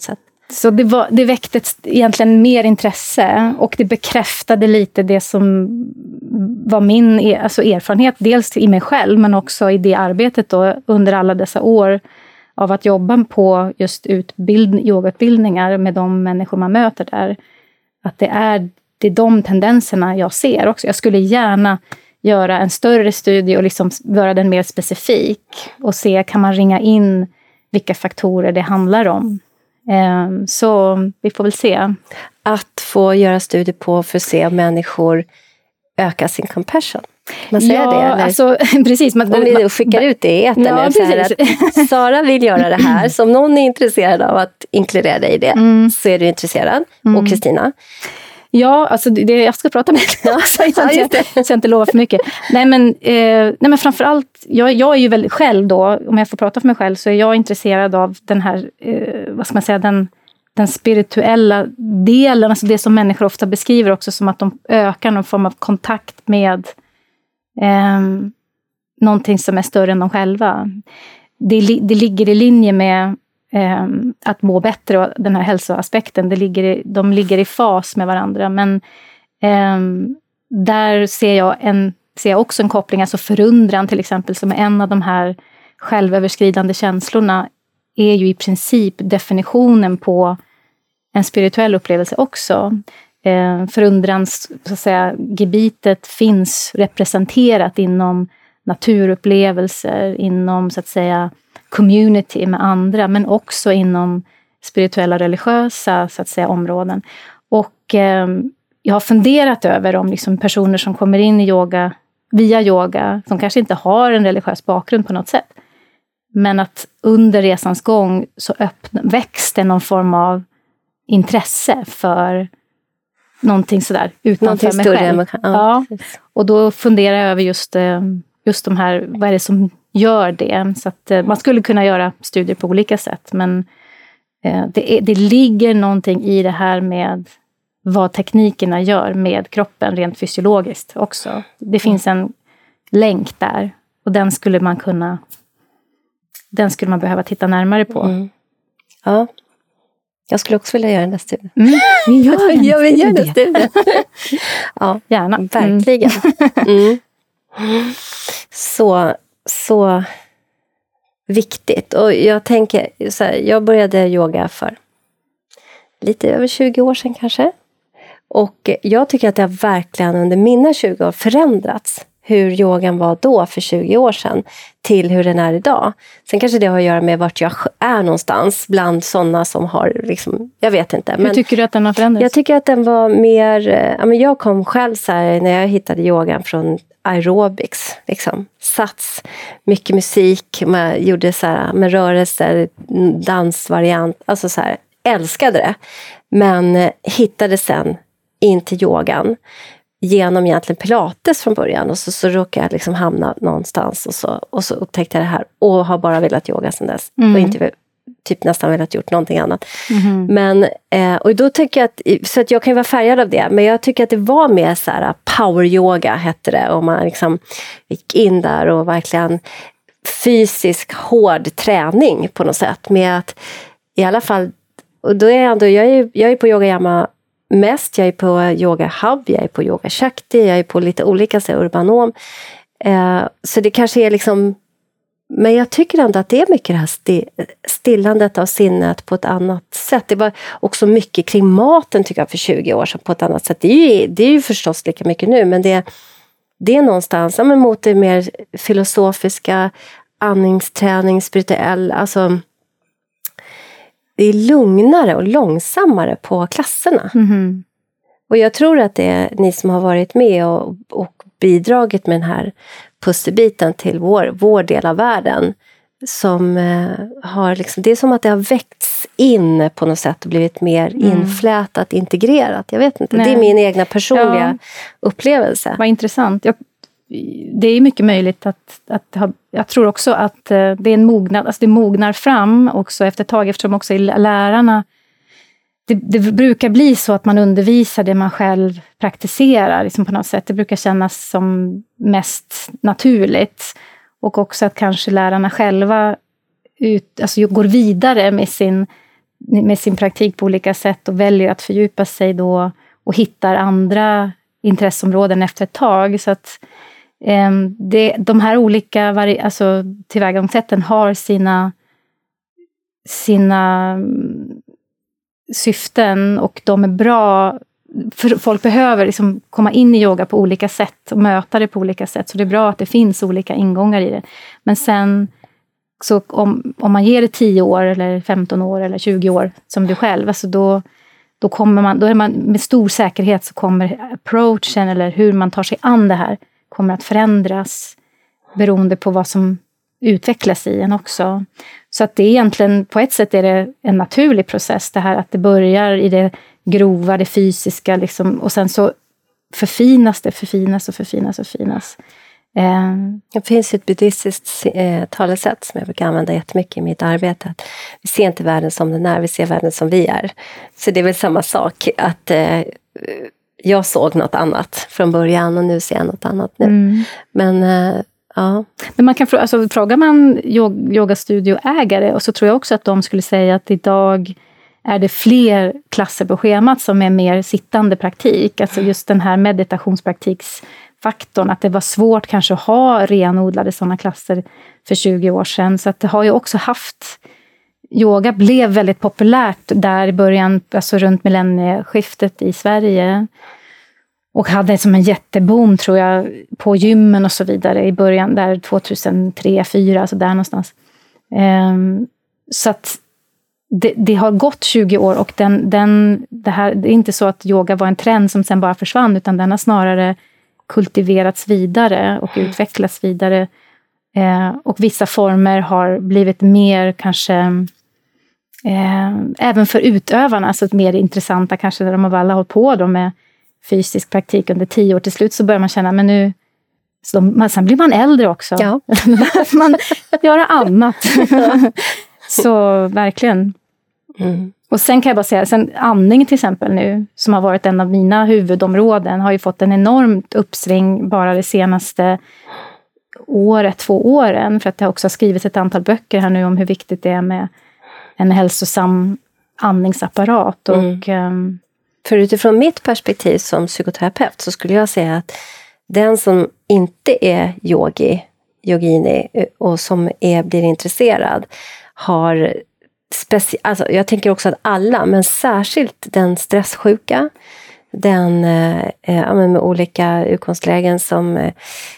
Så det väckte egentligen mer intresse, och det bekräftade lite det som var min erfarenhet, dels i mig själv men också i det arbetet då, under alla dessa år av att jobba på just yogautbildningar med de människor man möter där. Att det är de tendenserna jag ser också. Jag skulle gärna göra en större studie och liksom göra den mer specifik och se, kan man ringa in vilka faktorer det handlar om. Så vi får väl se. Att få göra studier på för att se om människor ökar sin compassion. Man säger det, eller? Alltså, precis. Om ni skickar ut det i etern nu, så här att Sara vill göra det här. Så om någon är intresserad av att inkludera dig i det, så är du intresserad. Och Kristina? Ja, alltså jag ska prata med dig. Så jag inte lovar för mycket. Nej men framförallt, jag är ju väldigt själv då, om jag får prata för mig själv, så är jag intresserad av den här, vad ska man säga, den spirituella delen, alltså det som människor ofta beskriver också som att de ökar någon form av kontakt med någonting som är större än de själva. Det ligger i linje med att må bättre, och den här hälsoaspekten, de ligger i fas med varandra, men där ser jag också en koppling, alltså förundran till exempel, som är en av de här självöverskridande känslorna, är ju i princip definitionen på en spirituell upplevelse också. Förundrans, så att säga, gebitet finns representerat inom naturupplevelser, inom, så att säga, community med andra, men också inom spirituella, religiösa, så att säga, områden. Och jag har funderat över om liksom personer som kommer in i yoga via yoga, som kanske inte har en religiös bakgrund på något sätt, men att under resans gång så växte någon form av intresse för någonting sådär utanför mig själv. Ja. Och då funderar jag över just de här, vad är det som gör det? Så att man skulle kunna göra studier på olika sätt, men det ligger någonting i det här med vad teknikerna gör med kroppen rent fysiologiskt också. Det finns en länk där, och den skulle man behöva titta närmare på. Ja. Jag skulle också vilja göra den där studien. Jag vill göra den studien. Ja, gärna. Verkligen. Så viktigt. Och jag tänker så här, jag började yoga för lite över 20 år sedan kanske. Och jag tycker att det har verkligen under mina 20 år förändrats. Hur yogan var då för 20 år sedan till hur den är idag. Sen kanske det har att göra med vart jag är någonstans bland sådana som har, liksom, jag vet inte. Hur tycker du att den har förändrats? Jag tycker att den var mer, jag kom själv så här, när jag hittade yogan från aerobics, liksom. Sats, mycket musik, man gjorde så här med rörelser, dansvariant, alltså så här, älskade det. Men hittade sen in till yogan genom egentligen pilates från början, och så råkade jag liksom hamna någonstans, och så upptäckte jag det här och har bara velat yoga sedan dess och inte typ nästan velat gjort någonting annat. Men och då tycker jag så att jag kan ju vara färgad av det, men jag tycker att det var mer så här power yoga hette det, och man liksom gick in där och verkligen fysisk hård träning på något sätt, med att i alla fall, och då är jag är på yogayama mest, jag är på yoga hub, jag är på yoga shakti, jag är på lite olika så urbanom. Så det kanske är liksom, men jag tycker ändå att det är mycket det här stillandet av sinnet på ett annat sätt. Det var också mycket kring maten tycker jag för 20 år sedan på ett annat sätt. Det är ju förstås lika mycket nu, men det är någonstans mot det mer filosofiska, andningsträning, spirituell, alltså det är lugnare och långsammare på klasserna. Och jag tror att det är ni som har varit med och bidragit med den här pusselbiten till vår del av världen, som har liksom, det är som att det har väckts in på något sätt och blivit mer inflätat, integrerat. Jag vet inte, det är min egna personliga upplevelse. Vad intressant. Det är mycket möjligt jag tror också att det är en mognad, alltså det mognar fram också efter ett tag, eftersom också i lärarna det brukar bli så att man undervisar det man själv praktiserar liksom på något sätt. Det brukar kännas som mest naturligt, och också att kanske lärarna själva går vidare med sin med sin praktik på olika sätt och väljer att fördjupa sig då och hittar andra intresseområden efter ett tag. Så att de här olika tillvägagångssätten har sina syften och de är bra. För folk behöver liksom komma in i yoga på olika sätt och möta det på olika sätt. Så det är bra att det finns olika ingångar i det. Men sen så om man ger det 10 år eller 15 år eller 20 år som du själv, alltså då är man med stor säkerhet så kommer approachen eller hur man tar sig an det här kommer att förändras beroende på vad som utvecklas i en också. Så att det är egentligen, på ett sätt är det en naturlig process det här att det börjar i det grova, det fysiska liksom, och sen så förfinas. Det finns ett buddhistiskt talesätt som jag brukar använda jättemycket i mitt arbete. Att vi ser inte världen som den är, vi ser världen som vi är. Så det är väl samma sak att jag såg något annat från början och nu ser jag något annat nu. Men ja. Men man kan frågar man yogastudioägare och så tror jag också att de skulle säga att idag är det fler klasser på schemat som är mer sittande praktik. Alltså just den här meditationspraktiksfaktorn. Att det var svårt kanske att ha renodlade sådana klasser för 20 år sedan. Så att det har ju också haft... Yoga blev väldigt populärt där i början, alltså runt millennieskiftet i Sverige. Och hade som en jätteboom tror jag på gymmen och så vidare i början där 2003-2004, alltså där någonstans. Så att det har gått 20 år och det är inte så att yoga var en trend som sen bara försvann utan den har snarare kultiverats vidare och utvecklats vidare. Och vissa former har blivit mer kanske även för utövarna, alltså mer intressanta kanske när de har alla hållit på då med fysisk praktik under 10 år. Till slut så börjar man känna, men nu sen blir man äldre också. Ja. Man göra annat. Så verkligen. Och sen kan jag bara säga, sen andning till exempel nu, som har varit en av mina huvudområden, har ju fått en enormt uppsving bara det senaste 2 åren. För att det också har skrivits ett antal böcker här nu om hur viktigt det är med en hälsosam andningsapparat. Och, för utifrån mitt perspektiv som psykoterapeut så skulle jag säga att den som inte är yogini och som blir intresserad har alltså jag tänker också att alla, men särskilt den stresssjuka, den med olika utgångslägen som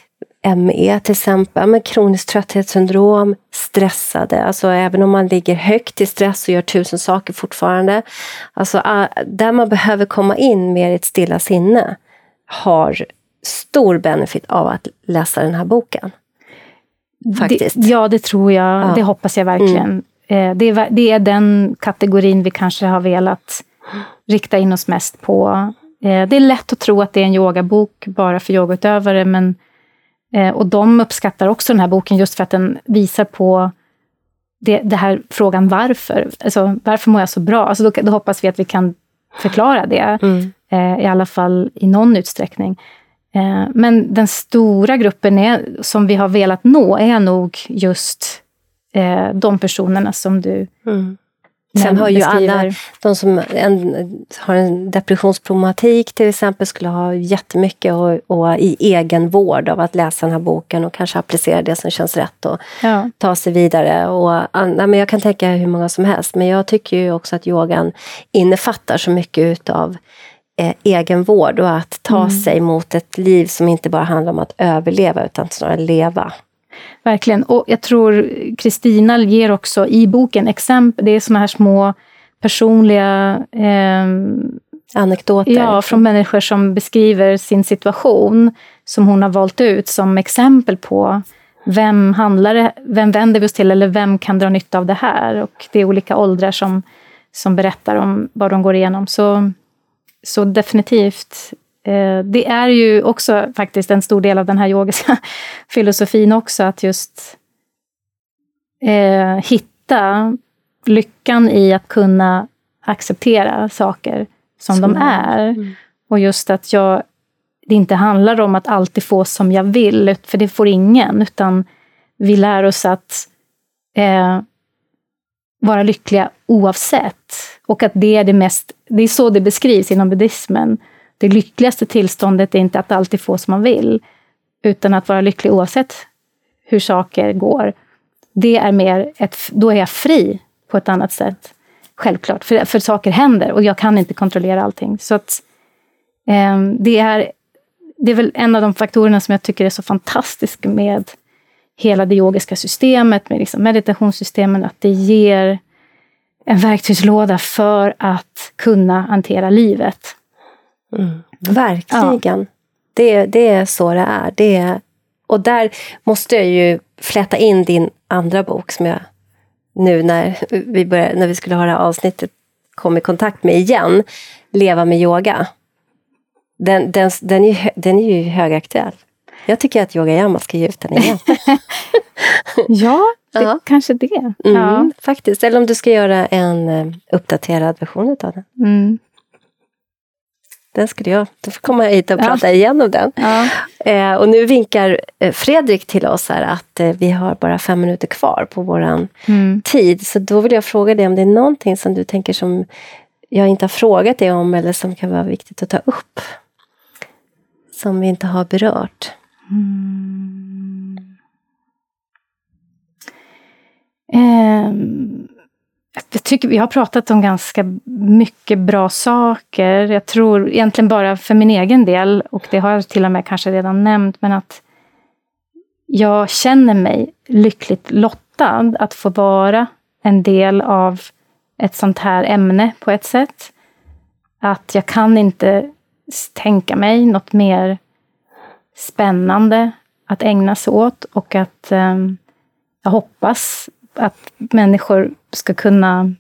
ME till exempel, med kroniskt trötthetssyndrom, stressade, alltså även om man ligger högt i stress och gör 1000 saker fortfarande, alltså där man behöver komma in mer i ett stilla sinne, har stor benefit av att läsa den här boken. Faktiskt. Det tror jag, det hoppas jag verkligen. Det är den kategorin vi kanske har velat rikta in oss mest på. Det är lätt att tro att det är en yogabok bara för yogautövare, men och de uppskattar också den här boken just för att den visar på det här frågan varför. Alltså, varför mår jag så bra? Alltså, då hoppas vi att vi kan förklara det. I alla fall i någon utsträckning. Men den stora gruppen som vi har velat nå är nog just de personerna som du Sen har ju alla, de som har en depressionsproblematik till exempel, skulle ha jättemycket och i egen vård av att läsa den här boken och kanske applicera det som känns rätt och ta sig vidare. Men jag kan tänka hur många som helst, men jag tycker ju också att yogan innefattar så mycket utav egenvård och att ta sig mot ett liv som inte bara handlar om att överleva utan snarare leva. Verkligen. Och jag tror Kristina ger också i boken exempel. Det är såna här små personliga anekdoter. Ja, från människor som beskriver sin situation som hon har valt ut som exempel på vem vänder vi oss till eller vem kan dra nytta av det här. Och det är olika åldrar som berättar om vad de går igenom. Så definitivt. Det är ju också faktiskt en stor del av den här yogiska filosofin också, att just hitta lyckan i att kunna acceptera saker som de är. Och just att det inte handlar om att alltid få som jag vill, för det får ingen, utan vi lär oss att vara lyckliga oavsett. Och att det är så det beskrivs inom buddhismen. Det lyckligaste tillståndet är inte att alltid få som man vill, utan att vara lycklig oavsett hur saker går. Det är mer då är jag fri på ett annat sätt. Självklart, för saker händer och jag kan inte kontrollera allting. Så att det är väl en av de faktorerna som jag tycker är så fantastisk med hela det yogiska systemet, med liksom meditationssystemen, att det ger en verktygslåda för att kunna hantera livet. Verkligen. Ja. Det är så det är. Och där måste jag ju fläta in din andra bok som jag nu när vi skulle ha det här avsnittet kom i kontakt med igen. Leva med yoga. Den är ju högaktuell. Jag tycker att Yoga Yama ska ge ut den igen. Ja, kanske det. Ja. Faktiskt. Eller om du ska göra en uppdaterad version av den. Den skulle jag. Du får komma hit och prata igen om den. Ja. Och nu vinkar Fredrik till oss här att vi har bara 5 minuter kvar på våran tid. Så då vill jag fråga dig om det är någonting som du tänker som jag inte har frågat dig om eller som kan vara viktigt att ta upp. Som vi inte har berört. Jag tycker vi har pratat om ganska mycket bra saker. Jag tror egentligen bara för min egen del, och det har jag till och med kanske redan nämnt, men att jag känner mig lyckligt lottad att få vara en del av ett sånt här ämne på ett sätt. Att jag kan inte tänka mig något mer spännande att ägna sig åt, och att jag hoppas att människor ska kunna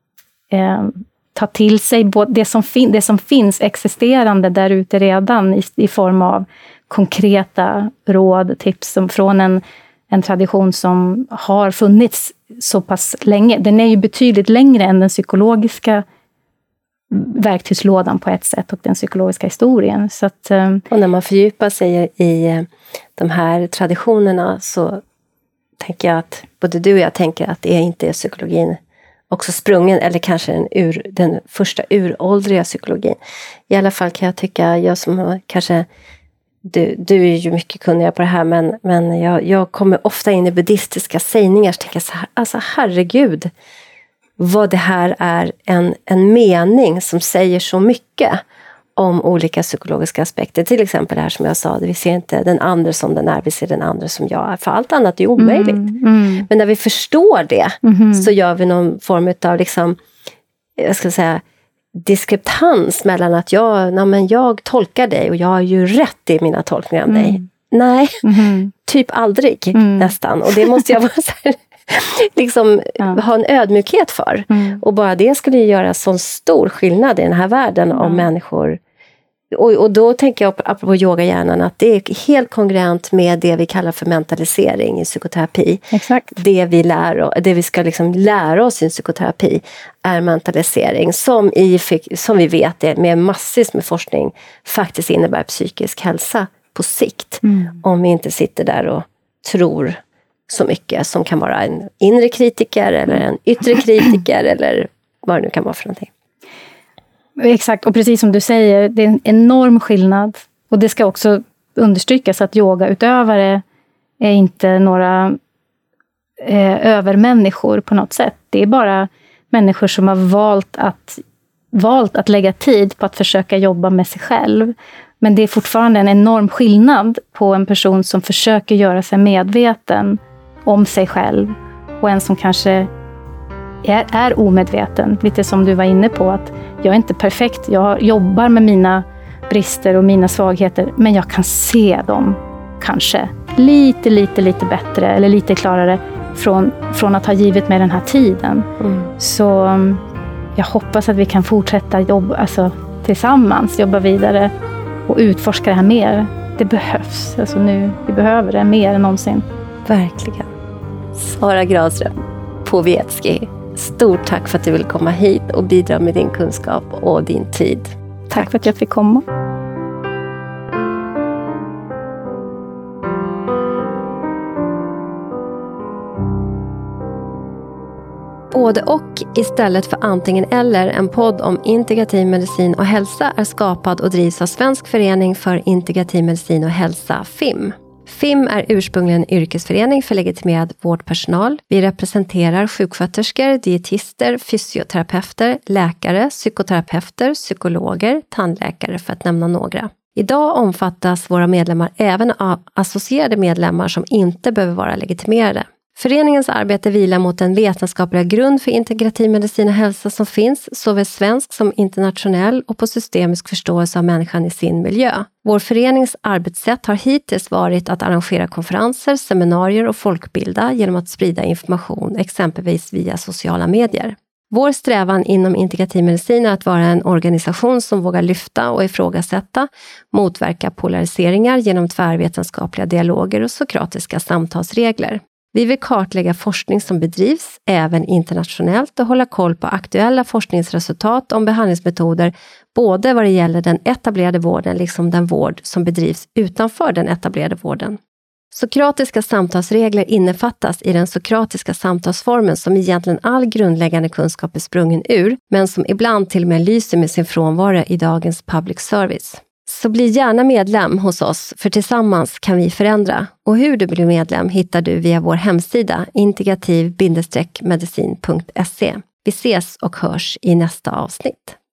ta till sig det som finns existerande där ute redan i form av konkreta råd, tips från en tradition som har funnits så pass länge. Den är ju betydligt längre än den psykologiska verktygslådan på ett sätt och den psykologiska historien. Så att, och när man fördjupar sig i de här traditionerna så tänker jag att både du och jag tänker att det inte är psykologin också sprungen, eller kanske den första uråldriga psykologin. I alla fall kan jag tycka, jag som kanske, du är ju mycket kunnigare på det här, men jag kommer ofta in i buddhistiska sägningar och tänker så här, alltså herregud, vad det här är en mening som säger så mycket om olika psykologiska aspekter. Till exempel det här som jag sa, vi ser inte den andra som den är, vi ser den andra som jag är. För allt annat är omöjligt. Men när vi förstår det så gör vi någon form av liksom, jag ska säga, diskreptans mellan att jag tolkar dig och jag har ju rätt i mina tolkningar av dig. Nej, typ aldrig nästan. Och det måste jag vara så här, liksom ha en ödmjukhet för. Och bara det skulle göra sån stor skillnad i den här världen om människor. Och då tänker jag apropå yogahjärnan att det är helt kongruent med det vi kallar för mentalisering i psykoterapi. Exakt. Det vi ska liksom lära oss i psykoterapi är mentalisering som vi vet det med massvis med forskning faktiskt innebär psykisk hälsa på sikt. Om vi inte sitter där och tror så mycket som kan vara en inre kritiker eller en yttre kritiker eller vad det nu kan vara för någonting. Exakt, och precis som du säger, det är en enorm skillnad. Och det ska också understrykas att yogautövare är inte några övermänniskor på något sätt. Det är bara människor som har valt att lägga tid på att försöka jobba med sig själv. Men det är fortfarande en enorm skillnad på en person som försöker göra sig medveten om sig själv och en som kanske är omedveten. Lite som du var inne på, att jag är inte perfekt. Jag jobbar med mina brister och mina svagheter, men jag kan se dem kanske lite bättre eller lite klarare från att ha givit mig den här tiden. Så jag hoppas att vi kan fortsätta tillsammans jobba vidare och utforska det här mer. Det behövs. Vi behöver det mer än någonsin. Verkligen. Sara Granström, Povetski. Stort tack för att du vill komma hit och bidra med din kunskap och din tid. Tack för att jag fick komma. Både och istället för antingen eller, en podd om integrativ medicin och hälsa är skapad och drivs av Svensk förening för integrativ medicin och hälsa, FIM. FIM är ursprungligen en yrkesförening för legitimerad vårdpersonal. Vi representerar sjuksköterskor, dietister, fysioterapeuter, läkare, psykoterapeuter, psykologer, tandläkare för att nämna några. Idag omfattas våra medlemmar även av associerade medlemmar som inte behöver vara legitimerade. Föreningens arbete vilar mot den vetenskapliga grund för integrativ medicin och hälsa som finns, såväl svensk som internationell, och på systemisk förståelse av människan i sin miljö. Vår förenings arbetssätt har hittills varit att arrangera konferenser, seminarier och folkbilda genom att sprida information, exempelvis via sociala medier. Vår strävan inom integrativ medicin är att vara en organisation som vågar lyfta och ifrågasätta, motverka polariseringar genom tvärvetenskapliga dialoger och sokratiska samtalsregler. Vi vill kartlägga forskning som bedrivs även internationellt och hålla koll på aktuella forskningsresultat om behandlingsmetoder, både vad det gäller den etablerade vården liksom den vård som bedrivs utanför den etablerade vården. Sokratiska samtalsregler innefattas i den sokratiska samtalsformen som egentligen all grundläggande kunskap är sprungen ur, men som ibland till och med lyser med sin frånvaro i dagens public service. Så bli gärna medlem hos oss, för tillsammans kan vi förändra. Och hur du blir medlem hittar du via vår hemsida integrativ-medicin.se. Vi ses och hörs i nästa avsnitt.